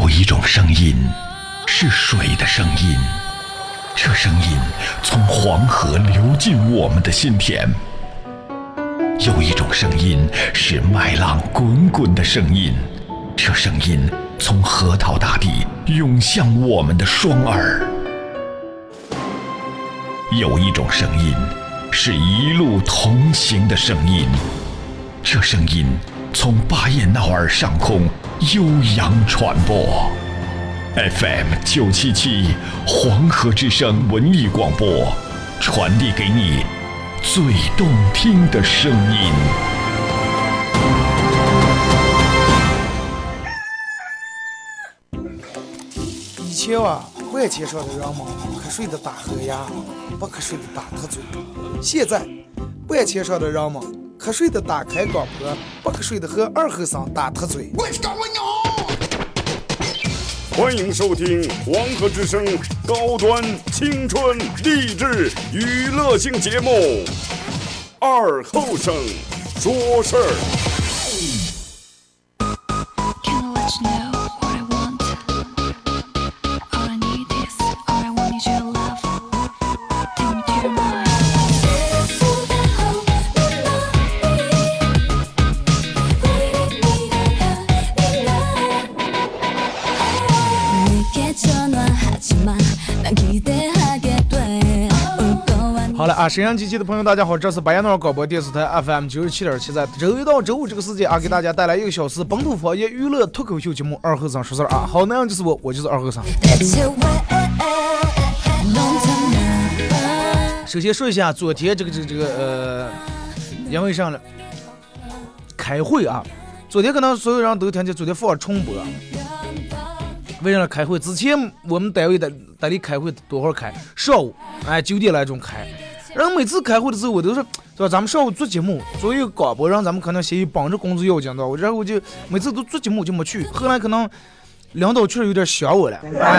一种声音是水的声音，这声音从黄河流进我们的心田。有一种声音是麦浪滚滚的声音，这声音从河套大地涌向我们的双耳。有一种声音是一路同行的声音，这声音从巴彦淖尔上空悠扬传播。FM 977黄河之声文艺广播，传递给你最动听的声音。 以前啊，万千上的人们瞌睡的打呵呀，不瞌睡的打特嘴。现在，万千上的人们瞌睡的打开广播，不瞌睡的和二和尚打特嘴。 欢迎收听黄河之声高端青春励志娱乐性节目《二后生说事儿》。 好了啊，沈阳机器的朋友大家好，这是巴彦淖尔广播电视台 FM 97.7，在周一到周五这个时间啊，给大家带来1个小时本土方言娱乐脱口秀节目《二和尚说事儿》啊。好，那样就是我就是二和尚。首先说一下昨天因为上了开会啊，昨天可能所有人都听见昨天放重播。为了开会之前，我们单位的里开会多会儿开？上午9点来钟开。然后每次开会的时候，我都是吧？咱们上午做节目，做一个广播，让咱们可能协议帮着工作要紧的。然后我就每次都做节目就没去。后来可能领导确实有点想我了，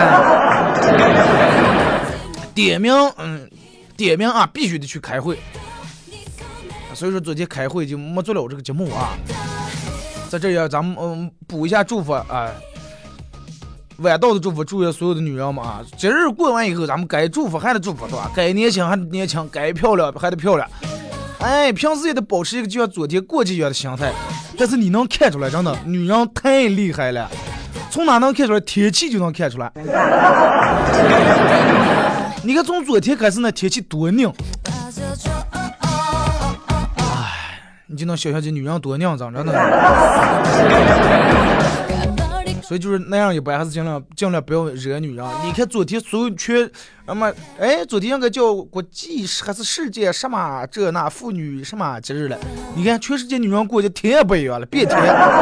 点名啊，必须得去开会。所以说昨天开会就没做了这个节目啊。在这里咱们补一下祝福啊。晚到的祝福，祝愿所有的女人们啊！节日过完以后，咱们该祝福还得祝福，对吧？该年轻还得年轻，该漂亮还得漂亮。哎，平时也得保持一个就像昨天过节一样的心态。但是你能看出来，真的，女人太厉害了。从哪能看出来？天气就能看出来。你看，从昨天开始那天气多冷，哎，你就能想象这女人多娘脏，真的。所以就是那样一般，还是尽量不要惹女人。你看昨天所有昨天应该叫国际还是世界什么这那妇女什么节日了？你看全世界女人过节天也不一样了，变天。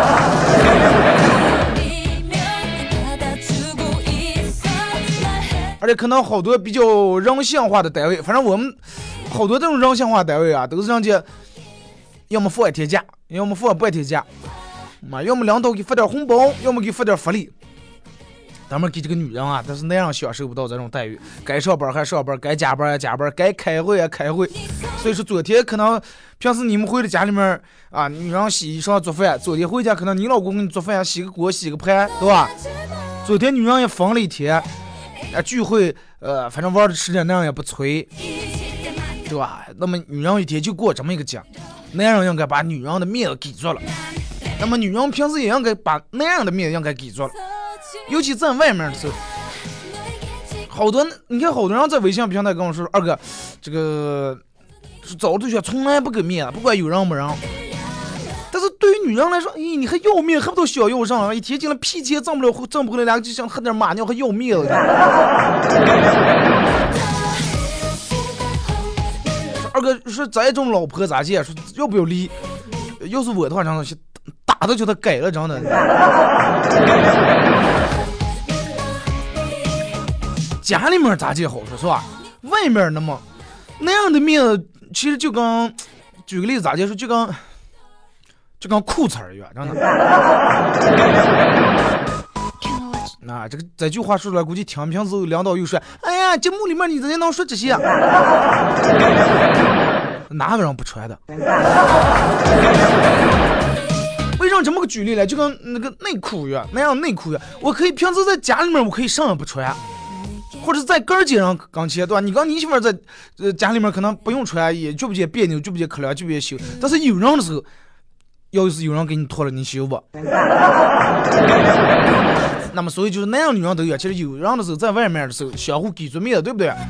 而且可能好多比较人性化的单位，反正我们好多这种人性化单位啊，都是让这要么放一天假，要么放半天假。要么领导给发点红包，要么给发点福利。咱们给这个女人啊，但是那样享受不到这种待遇。该上班还上班，该加班还加班，该开会还开会。所以说昨天可能平时你们回到家里面啊，女人洗衣裳做饭，昨天回家可能你老公给你做饭，洗个锅洗个盘，对吧？昨天女人也疯了一天，聚会反正玩的时间那样也不催，对吧？那么女人一天就过这么一个节，那样应该把女人的面子给足了。那么女人平时也应该把那样的面子应该给足了，尤其在外面的时候，你看好多人在微信平台跟我说，二哥，这个早同学从来不给面子，不管有人没人。但是对于女人来说，你还要面，还不都小要上，一天进了屁钱挣不回来，就想喝点马尿还要面子。二哥说这种老婆咋见？说要不要离？要是我的话，真的是打的就他改了，真的。家里面咋见好说是吧？外面那样的面子，其实就跟举个例子咋见说，就跟裤衩一样，真的。那这句话说出来，估计听平时领导又说：“哎呀，节目里面你怎么能说这些？”哪个人不穿的？为啥样这么个举例来，就跟那个内裤一样，那样内裤一样，我可以平时在家里面我可以上也不穿，或者在根儿街上刚切，对吧？你跟你媳妇在家里面可能不用穿，也觉不觉别扭，觉不觉可怜，觉不觉羞，但是有人的时候，要是有人给你脱了，你羞不？那么所以就是那样女人都有，其实有人的时候在外面的时候相互给足面的，对不对？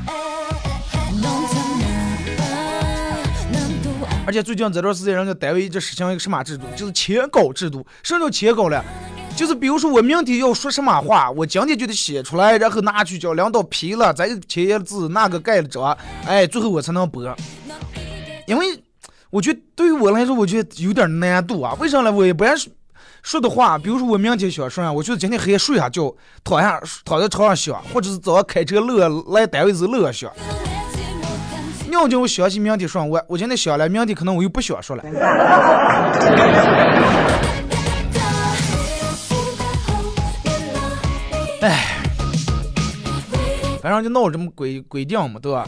而且最近这段时间人家单位一直实行一个什么制度，就是切稿制度。什么叫切稿了？就是比如说我明天要说什么话，我今天就得写出来，然后拿去叫领导批了，再切字，那个盖了章，哎，最后我才能播。因为我觉得对于我来说，我觉得有点难度啊。为啥呢？我也不爱说的话，比如说我明天想说，我觉得今天黑夜睡下觉，躺在床上想，或者是早上开车来单位时乐想。尿就我想起明天说，我今天想了，明天可能我又不想说了。哎，反正就闹这么规定嘛，对吧？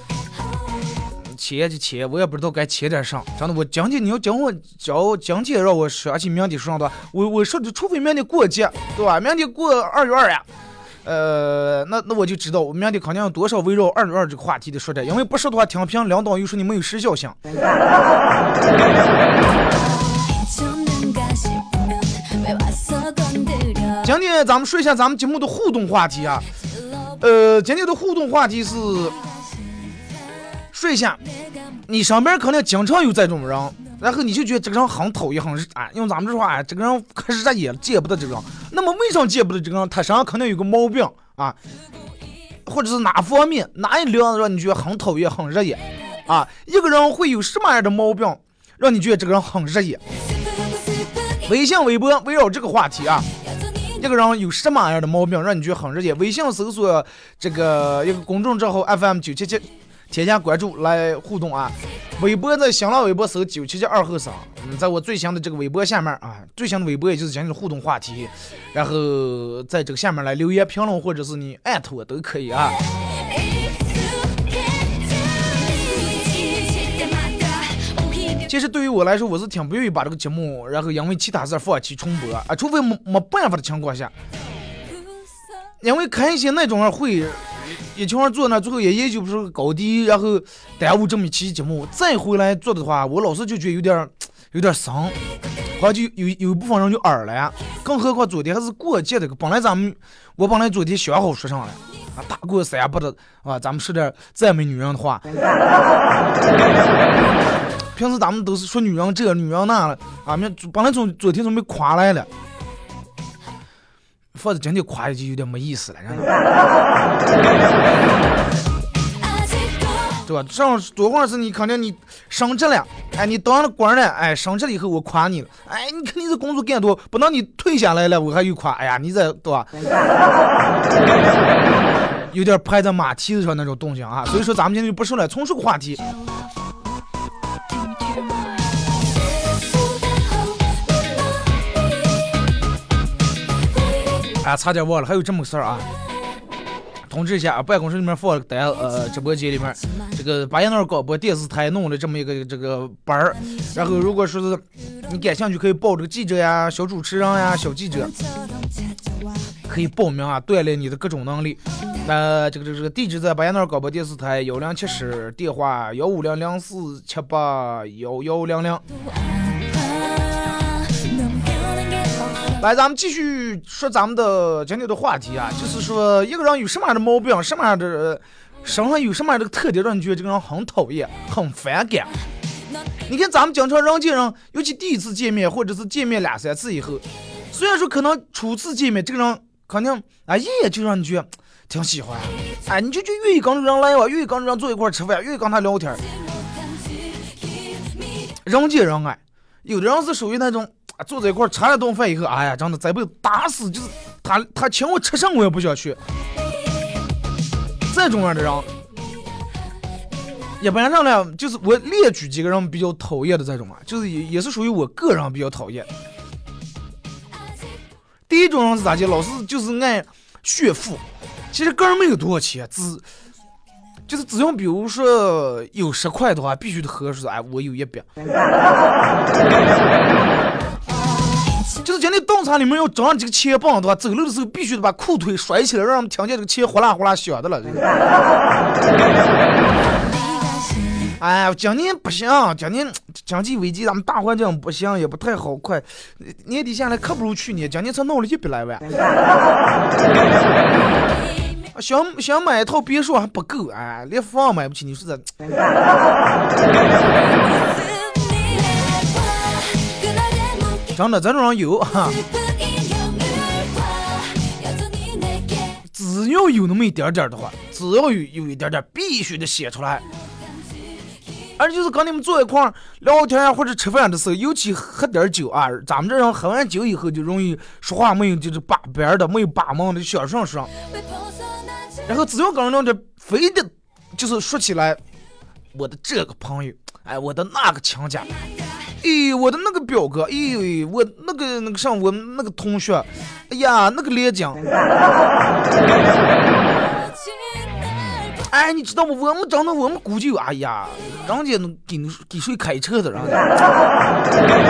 切就切，我也不知道该切点上。真的，我今天你要今天让我想起明天说的话，我说的，除非明天过节，对吧？明天过2月2呀。那我就知道，我明天肯定有多少围绕2月2这个话题的说的，因为不说的话，听评领导又说你没有时效性。今天咱们说一下咱们节目的互动话题啊，今天的互动话题是说一下，你身边可能经常有这种人。然后你就觉得这个人很讨厌，用咱们这话，这个人可是也见不得这个人。那么为什么见不得这个人？他身上可能有个毛病啊，或者是哪方面哪一辆让你觉得很讨厌、很热眼啊？一个人会有什么样的毛病，让你觉得这个人很热眼？微信、微博围绕这个话题啊，一个人有什么样的毛病让你觉得很热眼？微信搜索这个一个公众账号 FM977。添加关注来互动啊！微博在新浪微博搜977-2后生，在我最新的这个微博下面啊，最新的微博也就是讲的互动话题，然后在这个下面来留言评论，或者是你艾特我都可以啊。其实对于我来说，我是挺不愿意把这个节目，然后因为其他事放弃重播啊，除非没办法的情况下，因为看一些那种会。一群人坐那，最后也就不是高低，然后耽误这么一期节目，再回来做的话，我老是就觉得有点伤，好像就有一部分人就耳了呀。更何况昨天还是过节的，我本来昨天想好说上来啊，大过3不的啊，咱们说点赞美女人的话。平时咱们都是说女人这女人那了啊，本来从昨天准备夸来了。放着今天夸就有点没意思了，对吧？上多会儿是你肯定你升职了，哎，你当了官了，哎，升职了以后我夸你了，哎，你肯定是工作干多，不等你退下来了，我还又夸，哎呀，你这对吧？有点拍在马蹄子上那种动静啊，所以说咱们今天就不说了，重说个话题。啊，差点忘了，还有这么个事儿啊！通知一下，办公室里面放了个单，直播间里面，这个巴彦淖尔广播电视台弄了这么一个这个班儿，然后如果说是你感兴趣，可以报这个记者呀、小主持人呀、小记者，可以报名啊，锻炼你的各种能力。这个地址在巴彦淖尔广播电视台1070，电话15004781100。来，咱们继续说咱们的今天的话题啊，就是说一个人有什么样的毛病，什么样的身上有什么样的特点，让你觉得这个人很讨厌、很反感。你看咱们经常人见人，尤其第一次见面，或者是见面2、3次以后，虽然说可能初次见面，这个人肯定也就让你觉得挺喜欢，哎，你就愿意跟这人来往，愿意跟这人坐一块吃饭，愿意跟他聊天。人见人爱，有的人是属于那种。坐在一块吃了顿饭以后，哎呀，真的再被打死，就是他请我吃上我也不想去。这种样的人，一般上来就是我列举几个人比较讨厌的这种啊，就是也是属于我个人比较讨厌。第一种人是咋讲？老是就是爱炫富，其实个人没有多少钱，只用比如说有10块的话，必须得喝出来，我有100。 是今天洞察里面要装这个钱棒的话，走路的时候必须得把裤腿甩起来，让他们听见这个钱哗啦哗啦响的了。这个，哎，今年不行，今年经济危机，咱们大环境不行，也不太好，快年底下来可不如去年，今年才弄了100来万。想买一套别墅还不够，哎，连房买不起，你说这？真的，这种人有哈，只要有那么一点点的话，只要有一点点，必须得写出来。而就是跟你们坐一块聊天呀，或者吃饭的时候，尤其喝点酒啊，咱们这人喝完酒以后就容易说话没有就是把边的，没有把门的，小声声。然后只要跟人聊天，非得就是说起来，我的这个朋友，哎，我的那个亲家。咦，我的那个表哥，咦，我那个上我那个同学，哎呀，那个连江，哎，你知道吗？我们真的，我们估计，哎呀，人家能给谁开车的，人家，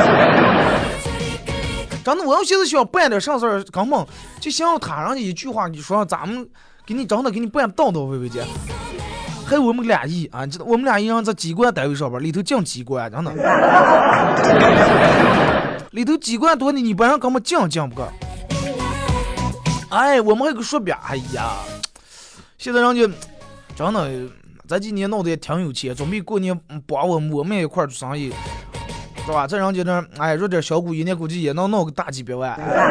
真的，我要现在想办点啥事儿，根本就想要他人家一句话，你说咱们给你真的给你办到位去。还有我们俩亿啊！我们俩亿让在机关单位上班，里头进机关，真的，里头机关多的，你不让根本进不个。哎，我们还有个说表，哎呀，现在人家真的咱今年闹得也挺有钱，准备过年帮我们一块做生意，是吧？这人家那哎入点小股，一年估计也能闹个大几百万。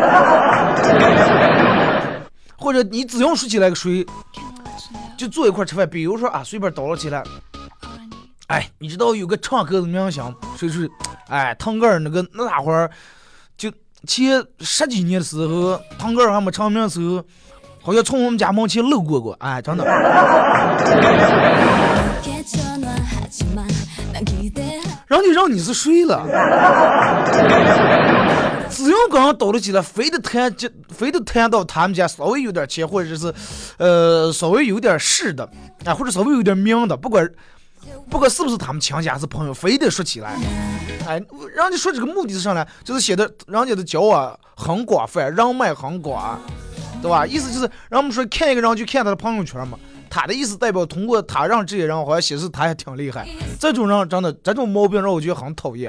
或者你只用说起来个谁。就坐一块吃饭，比如说啊，随便倒了起来，哎，你知道有个唱歌的明星，谁是？哎，腾格尔那大会儿，就前10几年的时候，腾格尔还没成名的时候，好像从我们家门前路过，哎，真的。人家让你是谁了？只要刚刚倒了起来，非得谈到他们家稍微有点钱，或者是稍微有点势的，啊，或者稍微有点名的，不管是不是他们亲戚还是朋友，非得说起来。哎，人家说这个目的是上来，就是写的人家的交往很广泛，人脉很广，对吧？意思就是让我们说看一个人就看他的朋友圈嘛。他的意思代表通过他让这些人好像显示他还挺厉害，这种人真的这种毛病让我觉得很讨厌。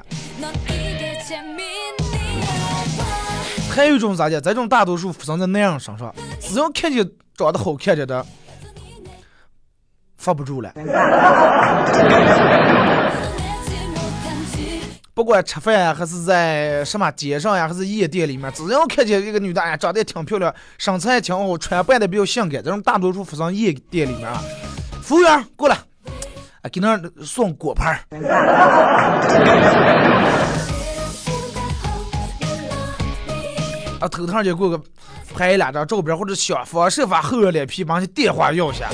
还有一种咋讲？这种大多数发生在男人身上，只要看见长得好看着的，发不住了。不管吃饭呀，还是在什么街上呀，还是夜店里面，只要看见一个女的，哎，长得也挺漂亮，身材也挺好，穿扮的比较性感，这种大多数发生夜店里面啊。服务员过来，哎，给那送果盘。啊，头堂就过个拍2张照片，或者想方设法厚着脸皮把你电话要下。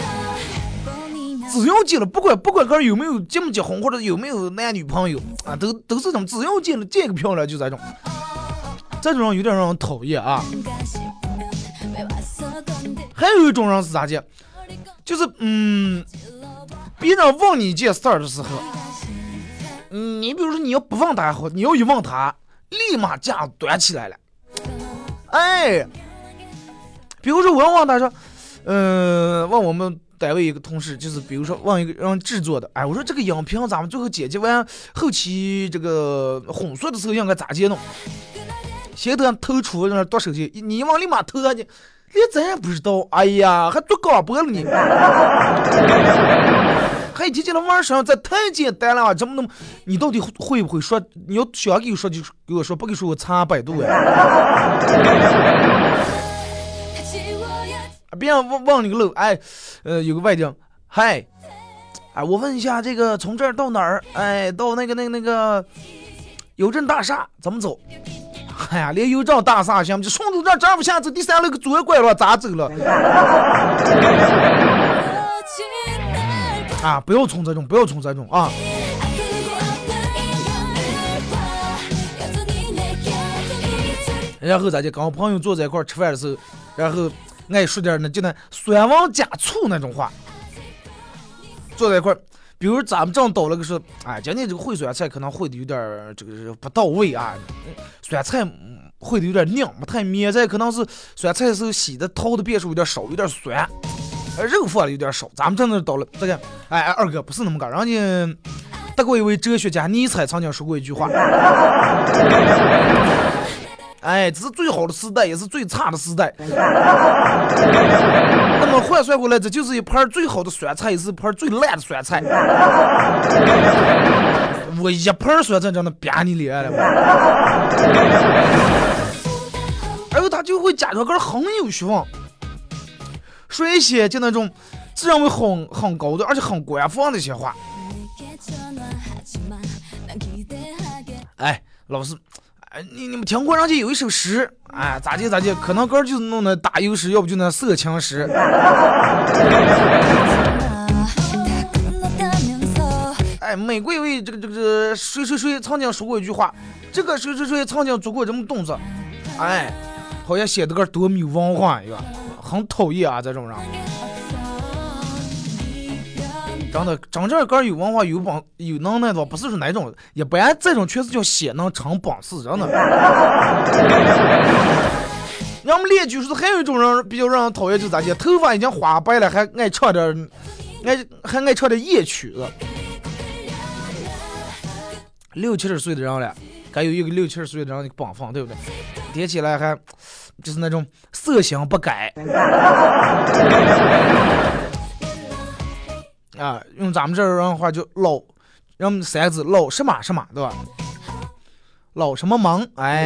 只要进了，不管个人有没有结没结婚，或者有没有男女朋友啊，都是这种，只要进了见个漂亮就这种人有点让人讨厌啊。还有一种人是咋讲？就是别人问你一件事儿的时候，你比如说你要不问他好，你要一问他，立马架端起来了。哎，比如说我要问他说，问我们单位一个同事，就是比如说问一个人制作的，哎，我说这个影评咱们最后剪辑完后期这个混缩的时候应该咋接弄？现在投出那多手机，你往立马投下去，连咱也不知道，哎呀，还做广播了你。还提起来玩上，这太简单了，这么那么，你到底会不会说？你要想给我说就给我说，不给说我查百度呀。别让忘你个漏，哎，有个外地，嗨，哎，我问一下，这个从这儿到哪儿？哎，到那个邮政大厦怎么走？哎呀，连邮政大厦行，就顺着这儿不下走，第3楼个左拐了，咋走了？啊，不要冲这种啊！然后咱就跟我朋友坐在一块吃饭的时候，然后爱说点呢，就那酸王加醋那种话。坐在一块，比如咱们正倒了个说，哎，今天这个烩酸菜可能烩的有点这个不到位啊，酸菜会的有点硬，不太绵。再可能是酸菜时候洗的掏的遍数有点少，有点酸，肉放的有点少。咱们这那到了这个，二哥不是那么干，人家德国一位哲学家尼采曾经说过一句话。这是最好的时代，也是最差的时代。那么换算过来，这就是一盘最好的酸菜，也是一盘最烂的酸菜。我一盘酸菜真的啪你脸了。然后他就会加上个很有学问，说一些就那种自认为很高的，而且很官方的一些话。老师。你们听过人家有一首诗，咋地，可能歌就是弄的打油诗，要不就那色情诗。美国一位这个谁曾经说过一句话，这个谁曾经做过这么动作，好像写的个多没有文化一样，很讨厌啊这种人。真的，真正个有文化有能耐的，不是说哪种，也不然这种确实叫写能成本事，真的。让我们列举出还有一种人比较让人讨厌，就是咋的，头发已经花白了，还爱唱点夜曲子。60-70岁的人了，该有一个60-70岁的人的本分，对不对？叠起来还就是那种色行不改。用咱们这儿人话就老，让我们3个字老什么什么，对吧？老什么忙，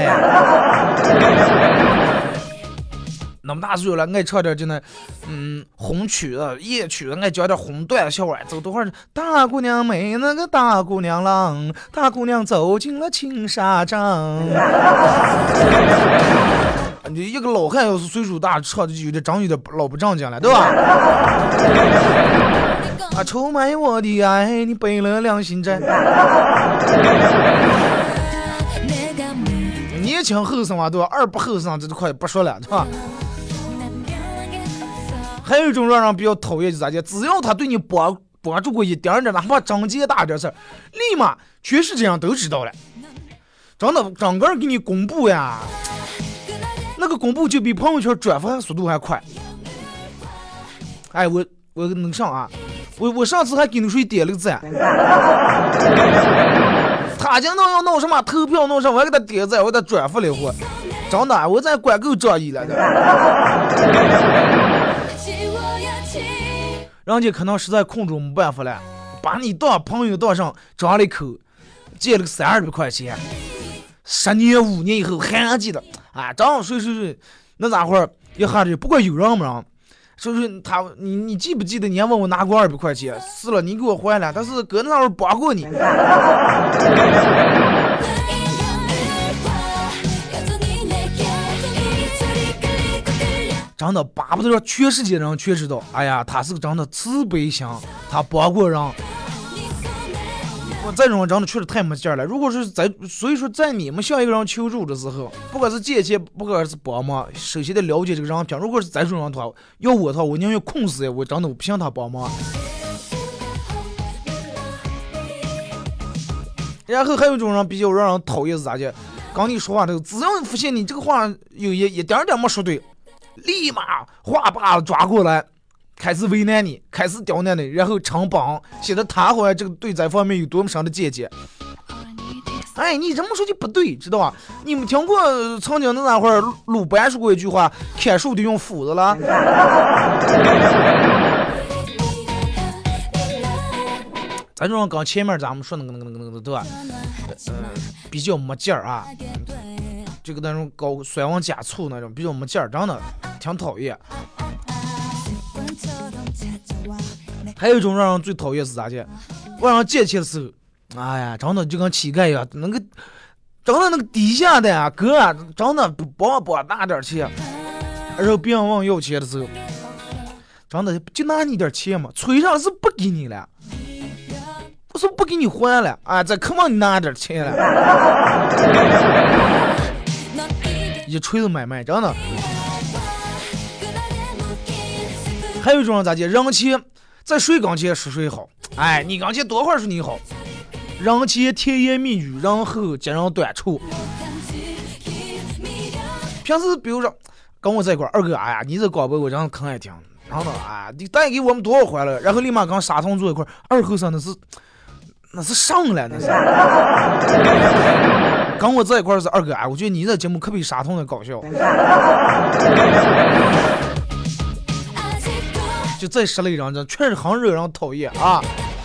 那么大岁数了，爱唱点就那，红曲子、夜曲子，爱讲点红段笑话。走多会儿，大姑娘美，那个大姑娘郎，大姑娘走进了青纱帐。你一个老汉要是岁数大，唱的就有点老不正经了，对吧？出卖我的爱，你背了良心债。年轻后生啊，对吧？二不后生，这都快不说了，对吧？还有一种让人比较讨厌，就咋讲？只要他对你帮助过一点点，哪怕整件大点事儿，立马全世界上都知道了。真的，整个给你公布呀，那个公布就比朋友圈转发速度还快。我能上啊！我上次还给你说点了个赞，他讲到要弄什么投票弄什么，我还给他点赞，我给他转发了一回。真的，我在管够仗义了的。人家可能实在控制没办法了，把你当朋友当上张了一口，借了个300块钱，10年5年以后还记得张谁，那咋会儿一下子不管有人没人。说你记不记得你还问我拿过200块钱？是了，你给我还了，但是搁那会儿帮过你。真的巴不得让全世界人全知道，他是个真的慈悲心，他帮过人。我这种真的确实太没劲儿了。如果是所以说在你们向一个人求助的时候，不管是借钱，不管是帮忙，首先得了解这个人品。如果是这种人的话，要我的话，我宁愿控死我真的我不想他帮忙。然后还有一种人比较让人讨厌是咋的？刚你说话的，只要发现你这个话有一点点没说对，立马话把子抓过来。开始为难你，开始刁难你，然后成帮，显得他好像这个对这方面有多么深的见解。你这么说就不对，知道吧？你们听过曾经那会儿鲁班说过一句话，砍树得用斧子了。咱这种刚前面咱们说那个对吧？比较没劲儿啊，这个那种搞酸王加醋那种比较没劲儿，真的挺讨厌。还有一种让人最讨厌是咋的？晚上借钱的时候，真的就跟乞丐一样，真的那个底下的呀，哥真的不帮拿点钱，然后别人问要钱的时候，真的就拿你点钱嘛，催上是不给你了，我说不给你还了这可望你拿点钱了，一锤子买卖，真的。还有一种咋的？人前在谁跟前说谁好，你跟前多会儿说你好，人前甜言蜜语，人后揭人短处。 平时比如说跟我在一块儿，二哥，哎呀，你这广播我真的可爱听，然后呢，啊，你带给我们多少欢乐，然后立马跟沙童坐一块儿，二后生那是上来那是。跟我在一块儿是二哥，哎，我觉得你这节目可比沙童的搞笑。就这10类人，这确实很惹人讨厌啊。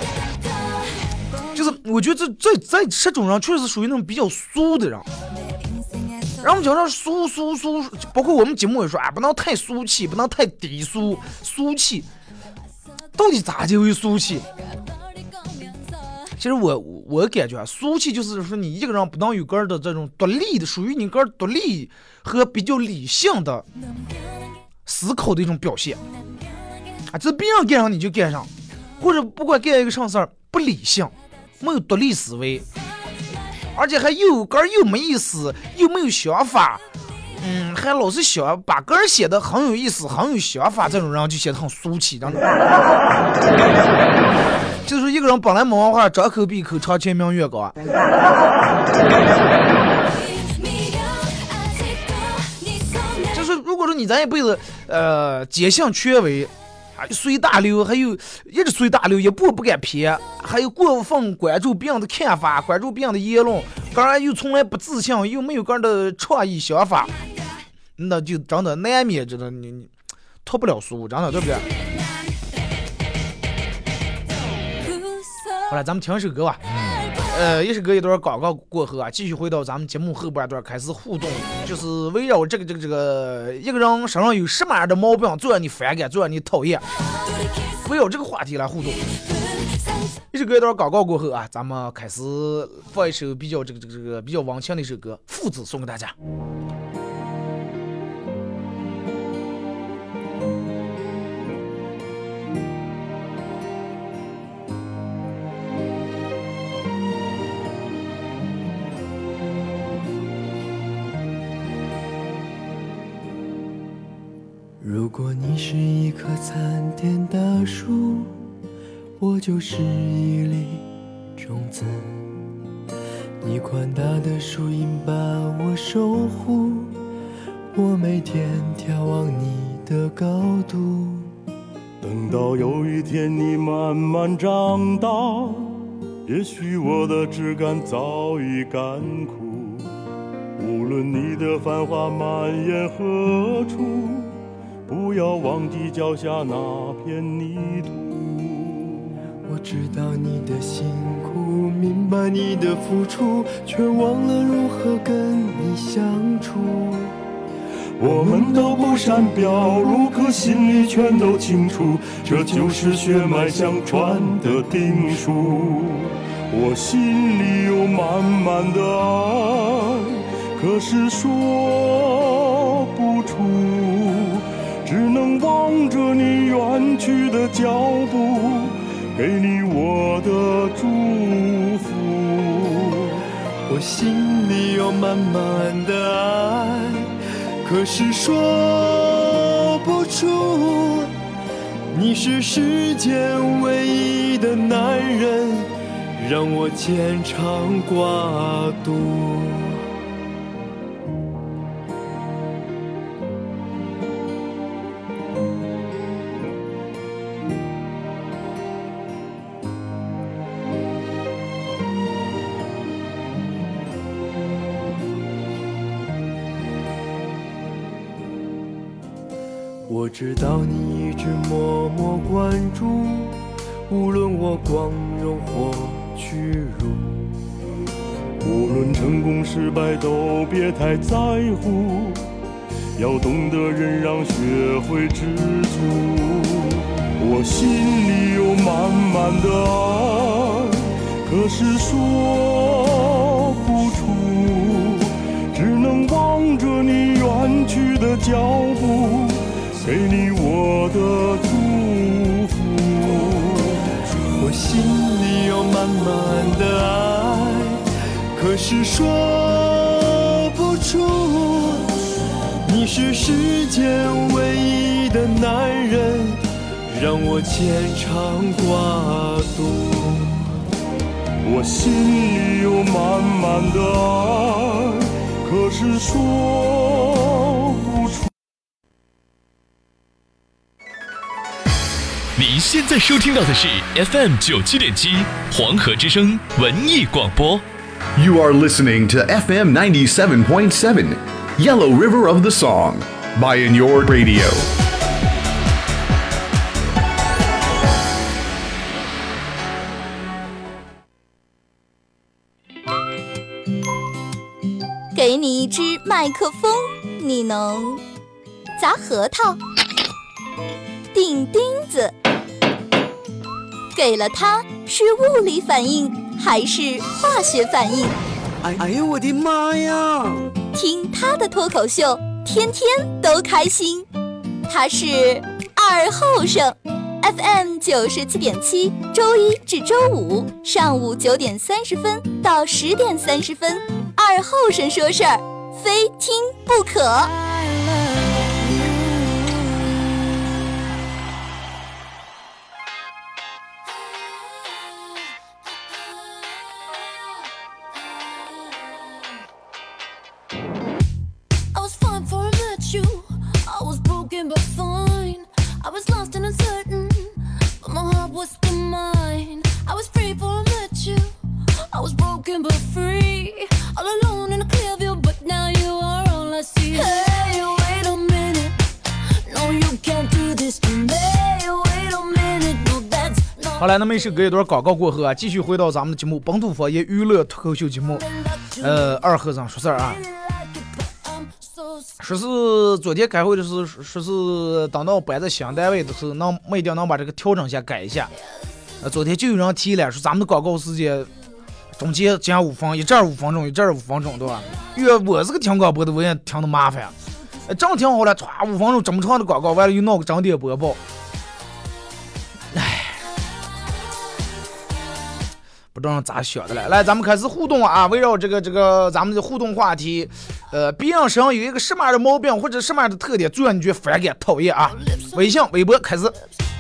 就是我觉得这10种人确实属于那种比较俗的人。然后我们讲说俗，包括我们节目也说，啊，不能太俗气，不能太低俗气。到底咋就会俗气？其实我感觉啊，俗气就是说你一个人不能有个人的这种独立的，属于你个人独立和比较理性的思考的一种表现啊。这别人干上你就干上，或者不管干一个什么事儿不理性，没有独立思维，而且还又没意思，又没有想法，还老是想把个人写的很有意思，很有想法，这种人就显得很俗气，真的。就是说一个人本来没文化，张口闭口唱前明月高啊。就是如果说你咱一辈子坚信权威啊，随大流，还有一直随大流，一步不敢偏，还有过分关注别人的看法，关注别人的言论，个人又从来不自信，又没有个人的创意想法，那就真的难免真的你脱不了俗，真的对不对？好了，咱们听一首歌吧。一首歌一段广告过后啊，继续回到咱们节目后半段开始互动，就是围绕这个一个人身上有什么样的毛病，最让你反感，最让你讨厌，围绕这个话题来互动。一首歌一段广告过后啊，咱们开始放一首比较比较温情的一首歌，父子送给大家。 如果你是一棵参天大树，我就是一粒种子，你宽大的树荫把我守护，我每天眺望你的高度。 等到有一天你慢慢长大，也许我的枝干早已干枯，无论你的繁华蔓延何处，不要忘记脚下那片泥土。 我知道你的辛苦，明白你的付出，却忘了如何跟你相处。 我们都不善表露，可心里全都清楚，这就是血脉相传的定数。我心里有满满的爱，可是说不出，只能望着你远去的脚步，给你我的祝福。 我心里有满满的爱，可是说不出，你是世间唯一的男人，让我牵肠挂肚。我知道你一直默默关注，无论我光荣或屈辱， 无论成功失败都别太在乎，要懂得忍让，学会知足。我心里有满满的爱，可是说不出，只能望着你远去的脚步，给你我的祝福。 我心里有满满的爱，可是说不出，你是世间唯一的男人，让我牵肠挂肚。 我心里有满满的爱，可是说现在收听到的是 FM 97.7黄河之声文艺广播。 You are listening to FM 97.7 Yellow River of the Song by In Your Radio. 给你一支麦克风，你能砸核桃、钉钉子，给了它是物理反应还是化学反应？ 哎呦我的妈呀！ 听他的脱口秀，天天都开心。他是二后生 FM 97.7，周一至周五上午9点30分到10点30分，二后生说事儿，非听不可。 好了，那么一首歌一段广告过后啊，继续回到咱们的节目本土方言娱乐脱口秀节目。二和尚说事儿啊，说是昨天开会的时候，说是等到摆在新单位的时候，一定能把这个调整一下改一下。昨天就有人提了，说咱们的广告时间中间加5分，一阵5分钟，一阵5分钟，对吧？因为我是个听广播的，我也听得麻烦。正听好了，歘5分钟这么长的广告，完了又闹个整点播报。不知道咋想的了。来，咱们开始互动啊！围绕这个咱们的互动话题，别人身上有一个什么样的毛病或者什么样的特点，最让你觉得反感讨厌啊？微信、微博开始。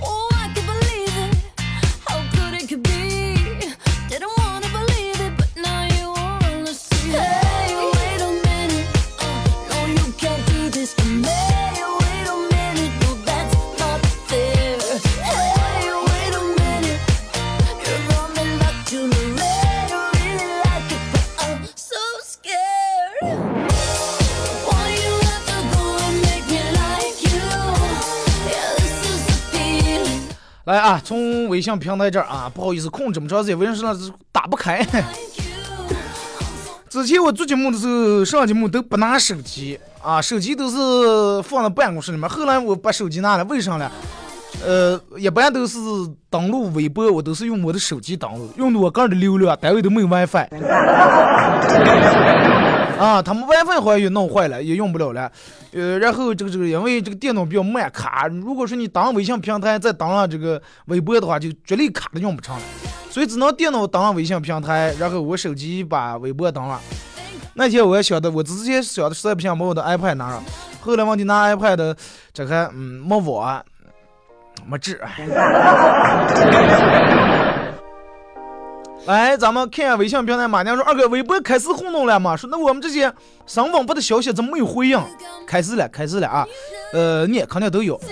来啊，从微信平台这儿啊，不好意思，空这么长时间，为什么打不开？之前我做节目的时候，上节目都不拿手机啊，手机都是放在办公室里面。后来我把手机拿了，为啥呢？一般都是登录微博，我都是用我的手机登录，用的我个人的流量，单位都没有 WiFi。啊，他们 WiFi 好像也弄坏了，也用不了了。然后这个因为这个电脑比较慢卡，如果说你登微信平台再登上这个微博的话，就绝对卡的用不成了。所以只能电脑登上微信平台，然后我手机把微博登上。那天我也晓得，我之前晓得实在不想把我的 iPad 拿上，后来忘记拿 iPad 的，这还没网，没治。来，咱们看一下微信平台，马娘说二哥微博开始互动了嘛？说那我们这些上网发的消息怎么没有回应？开始了啊！你肯定都有。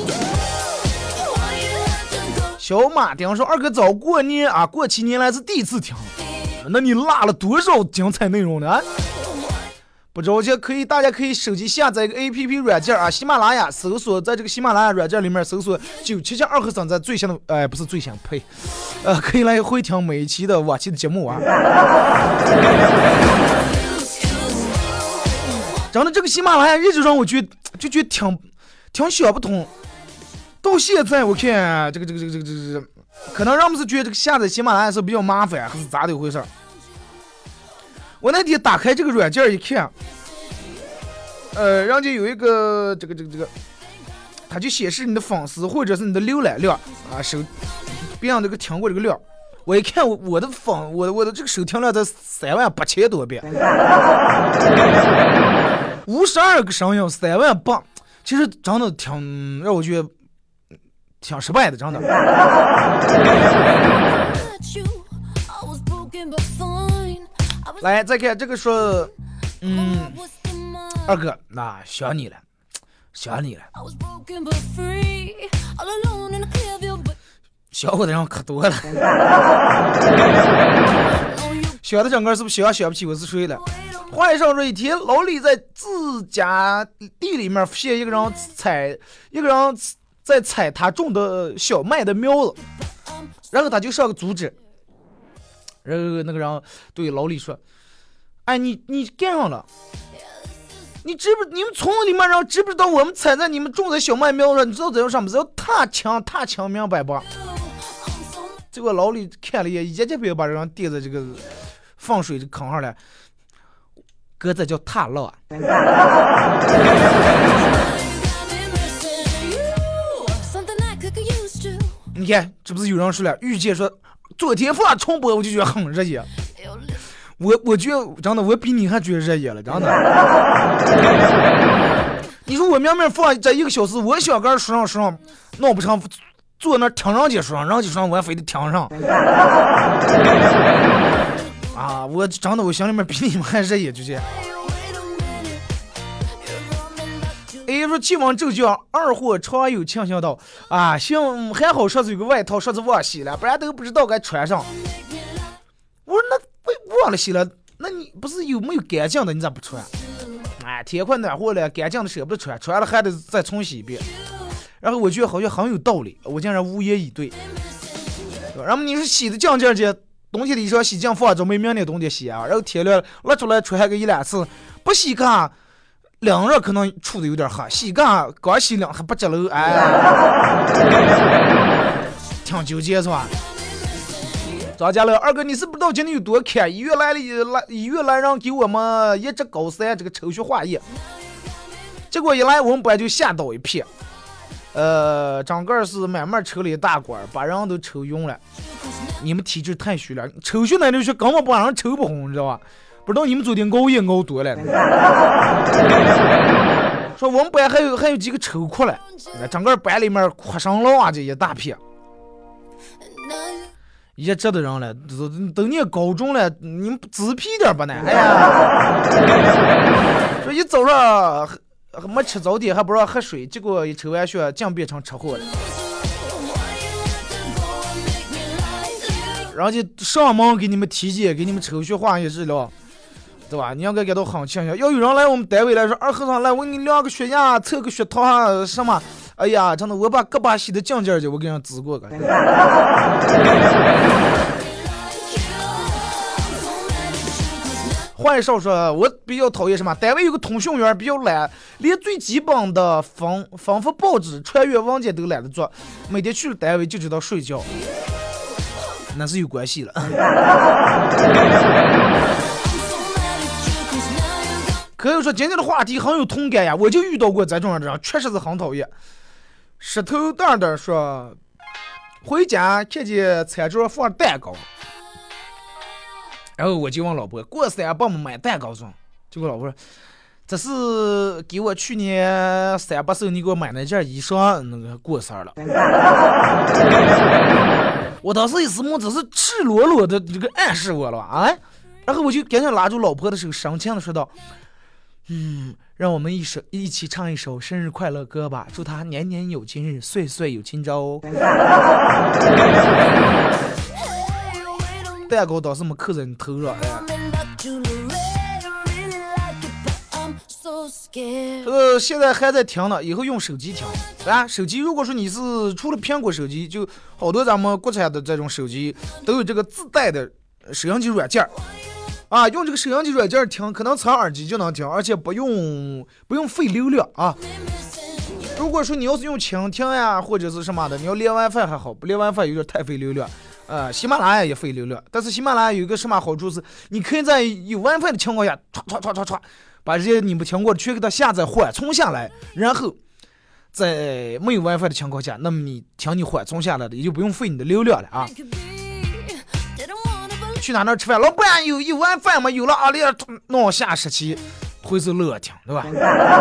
小马丁说二哥早过年啊，过7年来是第一次听，那你落了多少精彩内容呢？不着急，大家可以手机下载一个 APP 软件啊，喜马拉雅搜索，在这个喜马拉雅软件里面搜索97加2和3，在最新的不是最新呸，可以来回听每一期的往期的节目啊。真的，这个喜马拉雅一直让我觉得挺想不通，到现在我看这个可能让我们是觉得这个下载喜马拉雅是比较麻烦，还是咋的一回事？我那天打开这个软件一看，人家有一个这个，它就显示你的粉丝或者是你的浏览量啊，别让这个听过这个量。我一看我的这个收听量在38000多遍，52个声音38000，其实真的挺让我觉得挺失败的，真的。来，再看这个说，二哥，那想你了。 小我的人可多了。小的整个是不是想不起我是谁了？话说这一天，老李在自家地里面发现一个人在采他种的小麦的苗子，然后他就上个阻止，然后那个人对老李说：“哎，你干上了？你们村里面人知不知道我们采在你们种的小麦苗上？你知道怎样上不？要踏墙，明白不？”结果老李看了一眼，一截不要把人垫在这个放水这坑上来，哥这叫踏浪。你看，这不是有人说了，玉姐说昨天放重播，我就觉得很热议。我觉得真的，我比你还觉得热议了，真的。你说我明明放这1个小时，我想跟说上，闹不成，坐那听人家说上，人家说我非得听上。啊，我真的我心里面比你们还热议，就这样。哎，说气温骤降，二货常有庆幸道啊，行，还好说是有个外套，说是忘洗了，不然都不知道该穿上。我说那忘了洗了，那你不是有没有干净的？你咋不穿？哎，天快暖和了，干净的舍不得穿，穿了还得再重洗一遍。然后我觉得好像很有道理，我竟然无言以对。然后你说洗的净净的，冬天的衣裳洗净放着，没明年冬天洗啊。然后天凉拉出来穿个1-2次，不洗干。凉热可能出的有点黑，洗干刚洗凉还不直漏，哎，挺纠结是吧？张家乐二哥，你是不知道今天有多看，医院来人给我们一直高3这个抽血化验，结果一来我们班就吓倒一片，整个是慢慢抽了一大管，把人都抽晕了。你们体质太虚了，抽血那流血根本不让人抽不红，你知道吧？不知道你们昨天熬夜熬多了。说我们班还有几个抽哭了，整个班里面哭声了啊，这一大片。一这的人了，都念高中了，你们自闭点吧呢？哎呀，说一早上没吃早点，还不让喝水，结果一抽完血，竟变成车祸了。然后就上门给你们体检，给你们抽血化验治疗。对吧？你应该感到很庆幸。要有人来我们单位来说，二和尚来，我给你量个血压，测个血糖啊，什么？哎呀，真的，我把胳膊洗的净净的，我给人指过个。坏少说，我比较讨厌什么？单位有个通讯员比较懒，连最基本的防发报纸、传阅文件都懒得做，每天去了单位就知道睡觉，那是有关系了。可以说今天的话题很有同感呀，我就遇到过这种人，确实是很讨厌。石头蛋蛋说，回家看见餐桌放蛋糕，然后我就问老婆过3帮我们买蛋糕装，结果老婆说这是给我去年300时候你给我买那件衣裳那个过生了。我当时一时梦，只是赤裸裸的这个暗示我了啊，然后我就赶紧拉住老婆的手，深情的说道。让我们一起唱一首生日快乐歌吧，祝他年年有今日，岁岁有今朝哦。蛋糕倒是没扣在你头上，现在还在听呢，以后用手机听啊。手机如果说你是除了苹果手机，就好多咱们国产的这种手机都有这个自带的摄像机软件啊，用这个摄像机软件听，可能插耳机就能听，而且不用费流量啊。如果说你要是用蜻蜓呀或者是什么的，你要连 WiFi 还好，不连 WiFi 有点太费流量。喜马拉雅也费流量，但是喜马拉雅有一个什么好处是，你可以在有 WiFi 的情况下，唰，把这些你不听过的全给它下载缓冲下来，然后在没有 WiFi 的情况下，那么你听你缓冲下来的，也就不用费你的流量了啊。去哪吃饭？老板有WiFi吗？有了啊，连弄下时期回头乐听，对吧？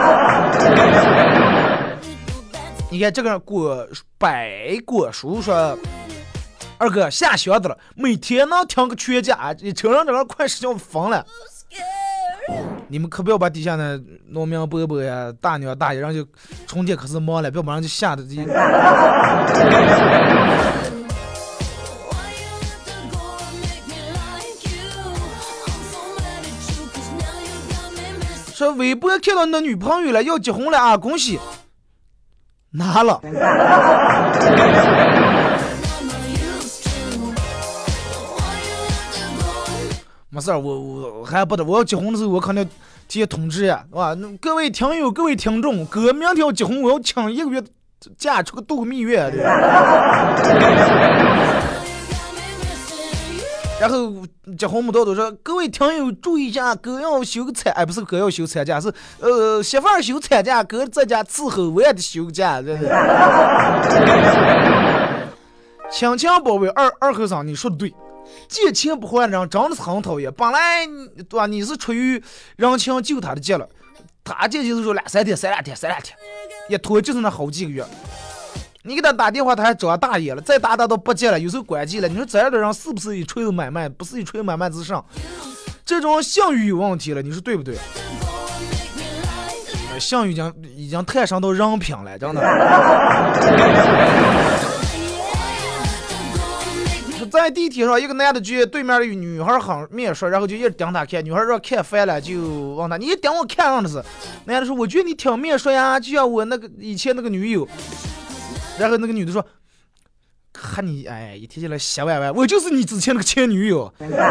你看这个百果叔说，二哥下学的了，每天能听个全家，车上这个快使劲疯了。你们可不要把底下的农民伯伯呀、大娘大爷，然后就春天可是忙了，不要把人就吓得说微博看到你的女朋友了，要结婚了啊，恭喜！拿了。没事儿，我还不得，我要结婚的时候我肯定提前通知呀，是吧？各位听友，各位听众，哥明天要结婚，我要请1个月假，出个度个蜜月。然后结婚没多都说，各位听友注意一下，哥要休个产，哎，不是哥要休产假，是媳妇儿休产假，哥在家伺候，我也得休假，真是。亲亲宝贝，二和尚，你说的对。借钱不还的人真的是很讨厌。本来对吧，你是出于人情救他的借了，他借就是说3天，一拖就是那好几个月。你给他打电话，他还找大爷了，再打都不接了，有时候关机了。你说这样的人是不是一锤子买卖？不是一锤子买卖之上，这种信誉有问题了，你说对不对？信誉已经太上到人品了，真的。在地铁上，一个男的觉得对面的女孩很面熟，然后就一直盯他看，女孩说看烦了，就问他：“你一盯我看上的是？”男的说：“我觉得你挺面熟呀，就像我那个以前那个女友。”然后那个女的说：“看你哎，一提起来瞎歪歪，我就是你之前那个前女友。”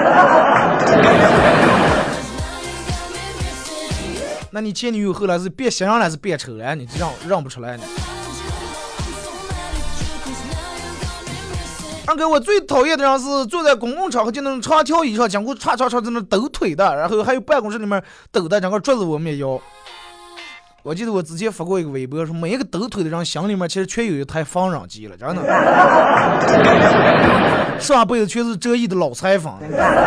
那你前女友后来是变形了还是变丑了？你让不出来呢？二哥，我最讨厌的人是坐在公共场合就那种长条椅上，讲过唰在那抖腿的，然后还有办公室里面抖的，整个桌子我们也要。我记得我之前发过一个微博，说每一个抖腿的人心里面其实全有一台放ram机了，真的。上辈子全是折翼的老裁缝。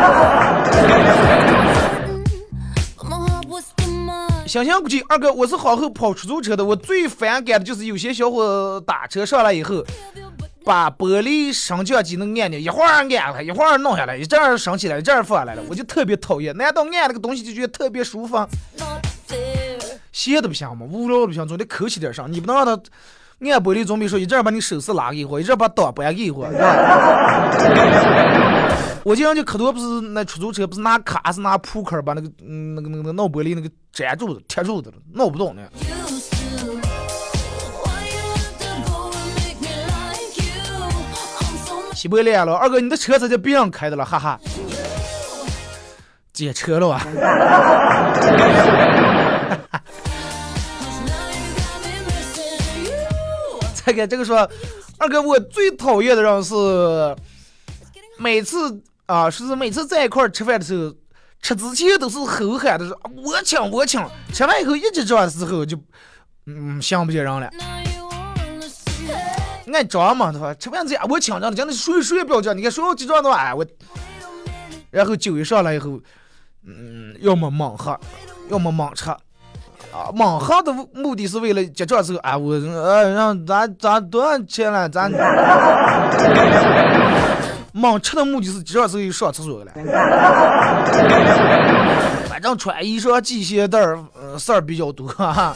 想想估计，二哥，我是好后跑出租车的，我最反感的就是有些小伙打车上来以后，把玻璃升降机那个按钮一会儿按了，一会儿弄下来，一阵儿升起来，一阵儿放下来了，我就特别讨厌。难道按那个东西就觉得特别舒服？歇的不行吗？无聊的不行，总得抠起点上。你不能让他按玻璃，总比说一阵儿把你手势拉给我，一阵儿把刀掰给我。我经常就可多不是那出租车不是拿卡是拿扑克把那个闹玻璃那个粘住的贴住的，闹不动呢。西伯利亚了，二哥，你的车才在别人开的了，哈哈，借车了啊！再给这个说，二哥，我最讨厌的人是每次在一块儿吃饭的时候，吃之前都是吼喊的说我请，吃完以后一直这样的时候就想不起人了。爱装嘛，对吧？吃饭这样我抢着，讲的谁也不要讲，你看谁要记账的话，哎我，然后酒一上来以后，要么盲喝，要么盲吃，啊，盲喝的目的是为了结账时候，哎我让咱多少钱了，咱盲吃的目的是结账时候上厕所了，反正穿衣裳系鞋带事儿比较多哈。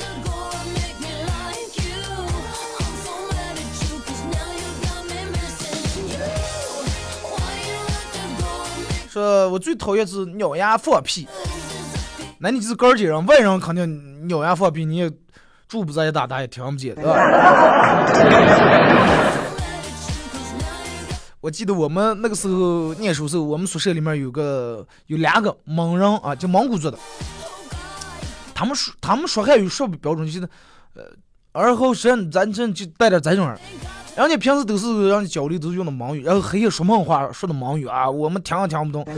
说我最讨厌是咬牙放屁，那你就是高级人，外人肯定咬牙放屁，你也住不在一大也听不见，对吧？我记得我们那个时候念书时候，我们宿舍里面有2个蒙人啊，就蒙古族的，他们说汉语说不标准，就记得2号生咱这就带点这种人。人家平时都是让你交流都是用的蒙语，然后黑夜说梦话说的蒙语啊，我们听也听不懂。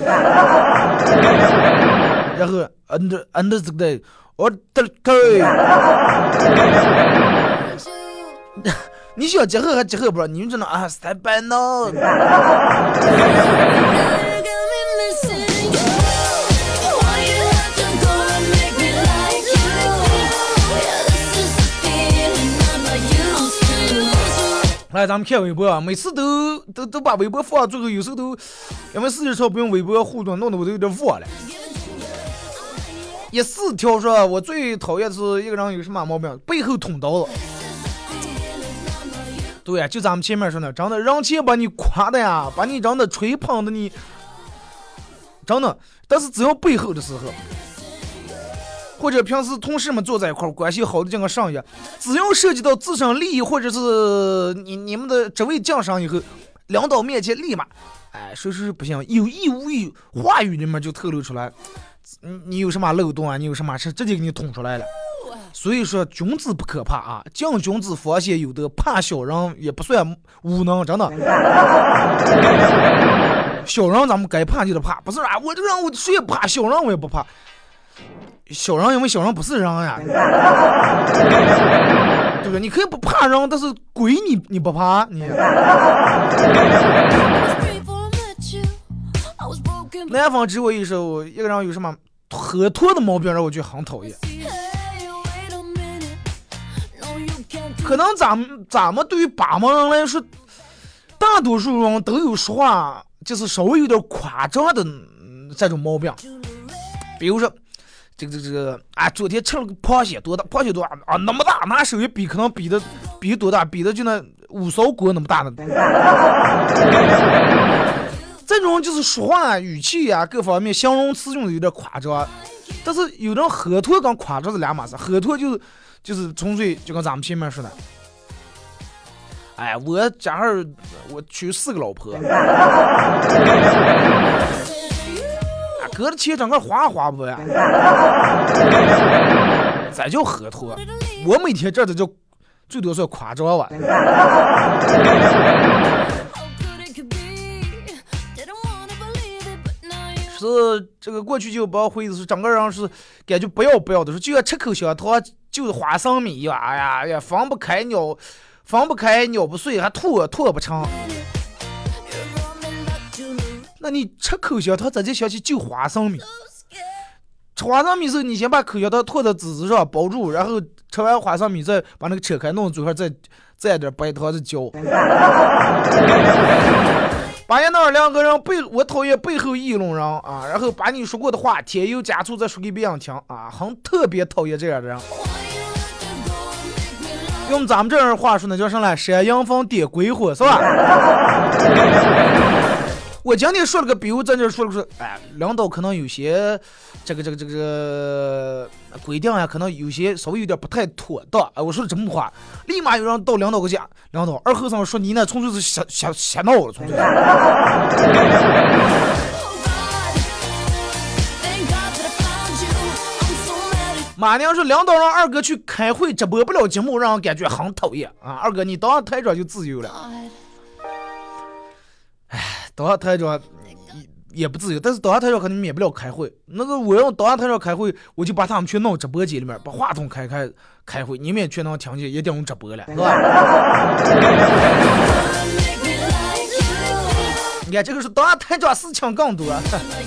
然后under这个我的你想结合还结合不了，你们真的啊，stand by now。来，咱们看微博啊，每次都把微博放到最后，有时候都因为时间长不用微博互动，弄得我都有点忘了。14条说，我最讨厌的是一个人有什么毛病，背后捅刀子。对呀，就咱们前面说的，真的人前把你夸的呀，把你真的吹捧的你，真的，但是只要背后的时候， 或者平时同事们坐在一块儿，关系好的就跟上一样，只要涉及到自身利益或者是你们的职位降上以后，领导面前立马，说是不行，有意无意话语里面就透露出来，你有什么漏洞啊，你有什么事，直接给你捅出来了。所以说君子不可怕啊，敬君子方先有德，怕小人也不算无能，真的。小人咱们该怕就得怕，不是啊，我这个人我谁也不怕，小人我也不怕。小人因为小人不是人呀，对不对？你可以不怕人，但是鬼你不怕你。南方只有一首，一个人有什么喝脱的毛病让我觉得很讨厌。可能咱们对于巴蒙人来说，大多数人都有说话就是稍微有点夸张的这种毛病。比如说这个昨天吃了个螃蟹多大，螃蟹多大啊，那么大，拿手一比可能比多大，比的就那5勺锅那么大的。这种就是说话语气啊各方面形容词用的有点夸张，但是有人喝脱跟夸张是两码事。喝脱就是纯粹就跟咱们前面说的，我假如我娶4个老婆，隔着钱整个花不呀？咱就喝脱，我每天这就最多算夸张吧。是这个过去就不要回忆，是整个人是感觉不要的时候，就要吃口香糖，就是花生米呀，哎呀，放不开尿不碎，还吐不成。那你吃口香糖，直接想起就花生米。吃花生米时候，你先把口香糖吐到纸上包住，然后吃完花生米再把那个扯开，弄最后再点白糖再浇。把那2个人我讨厌背后议论人啊，然后把你说过的话添油加醋再说给别人听啊，很特别讨厌这样的人。用咱们这样话说呢，叫上来山羊房点鬼火是吧？我今天说了个比如，在这说了说，领导可能有些这个规定啊，可能有些稍微有点不太妥当。我说的这么话，立马有人到领导个家，领导二和尚说你那纯粹是瞎闹了，纯粹。马娘说领导让二哥去开会直播不了节目，让人感觉很讨厌啊！二哥你当上台长就自由了。当下台长也不自由，但是当下台长肯定免不了开会。那个我要当下台长开会，我就把他们全弄直播间里面，把话筒开会，你们也全能听见，也得用直播了，是吧？你看这个是当下台长事情更多。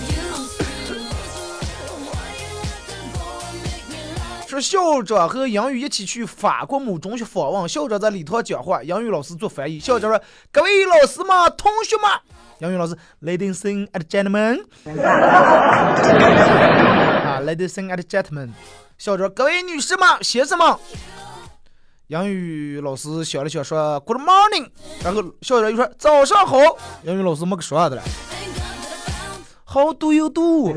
说校长和英语一起去法国某中学访问，校长在礼堂讲话，英语老师做翻译。校长说：“各位老师们、同学们。”英语老师 ：“Ladies and gentlemen。”Ladies and gentlemen。校长：“各位女士们、先生们。”英语老师想了想说 ：“Good morning。”然后校长又说：“早上好。”英语老师没个说话的了。How do you do？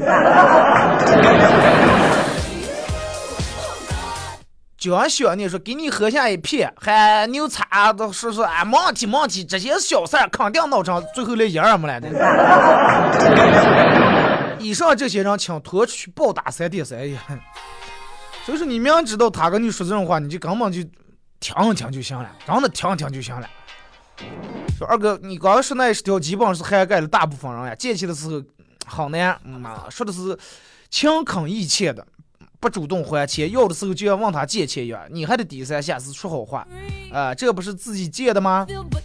讲小你说给你喝下一片，还牛叉的说忙题，这些小事肯定闹成最后连一二没来的。以上这些人请拖出去暴打3.3呀！所以说你明知道他跟你说这种话，你就根本就听就行了，真的听就行了。说二哥，你刚刚说那10条基本上是涵盖了大部分人呀，见起的时候好难，说的是勤恳义切的。不主动还钱，要的时候就要问他借钱呀，你还得低三下四说好话，这不是自己借的吗？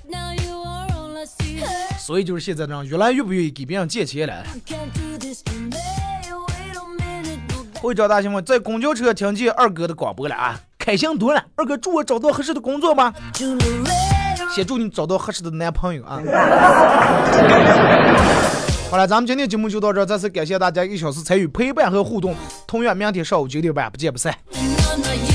所以就是现在这样，越来越不愿意给别人借钱了。会找大新闻，在公交车听见二哥的广播了啊，开心多了。二哥，祝我找到合适的工作吧，先祝你找到合适的男朋友啊。好了，咱们今天节目就到这儿，再次感谢大家1小时参与陪伴和互动。同样明天上午9点半不见不散。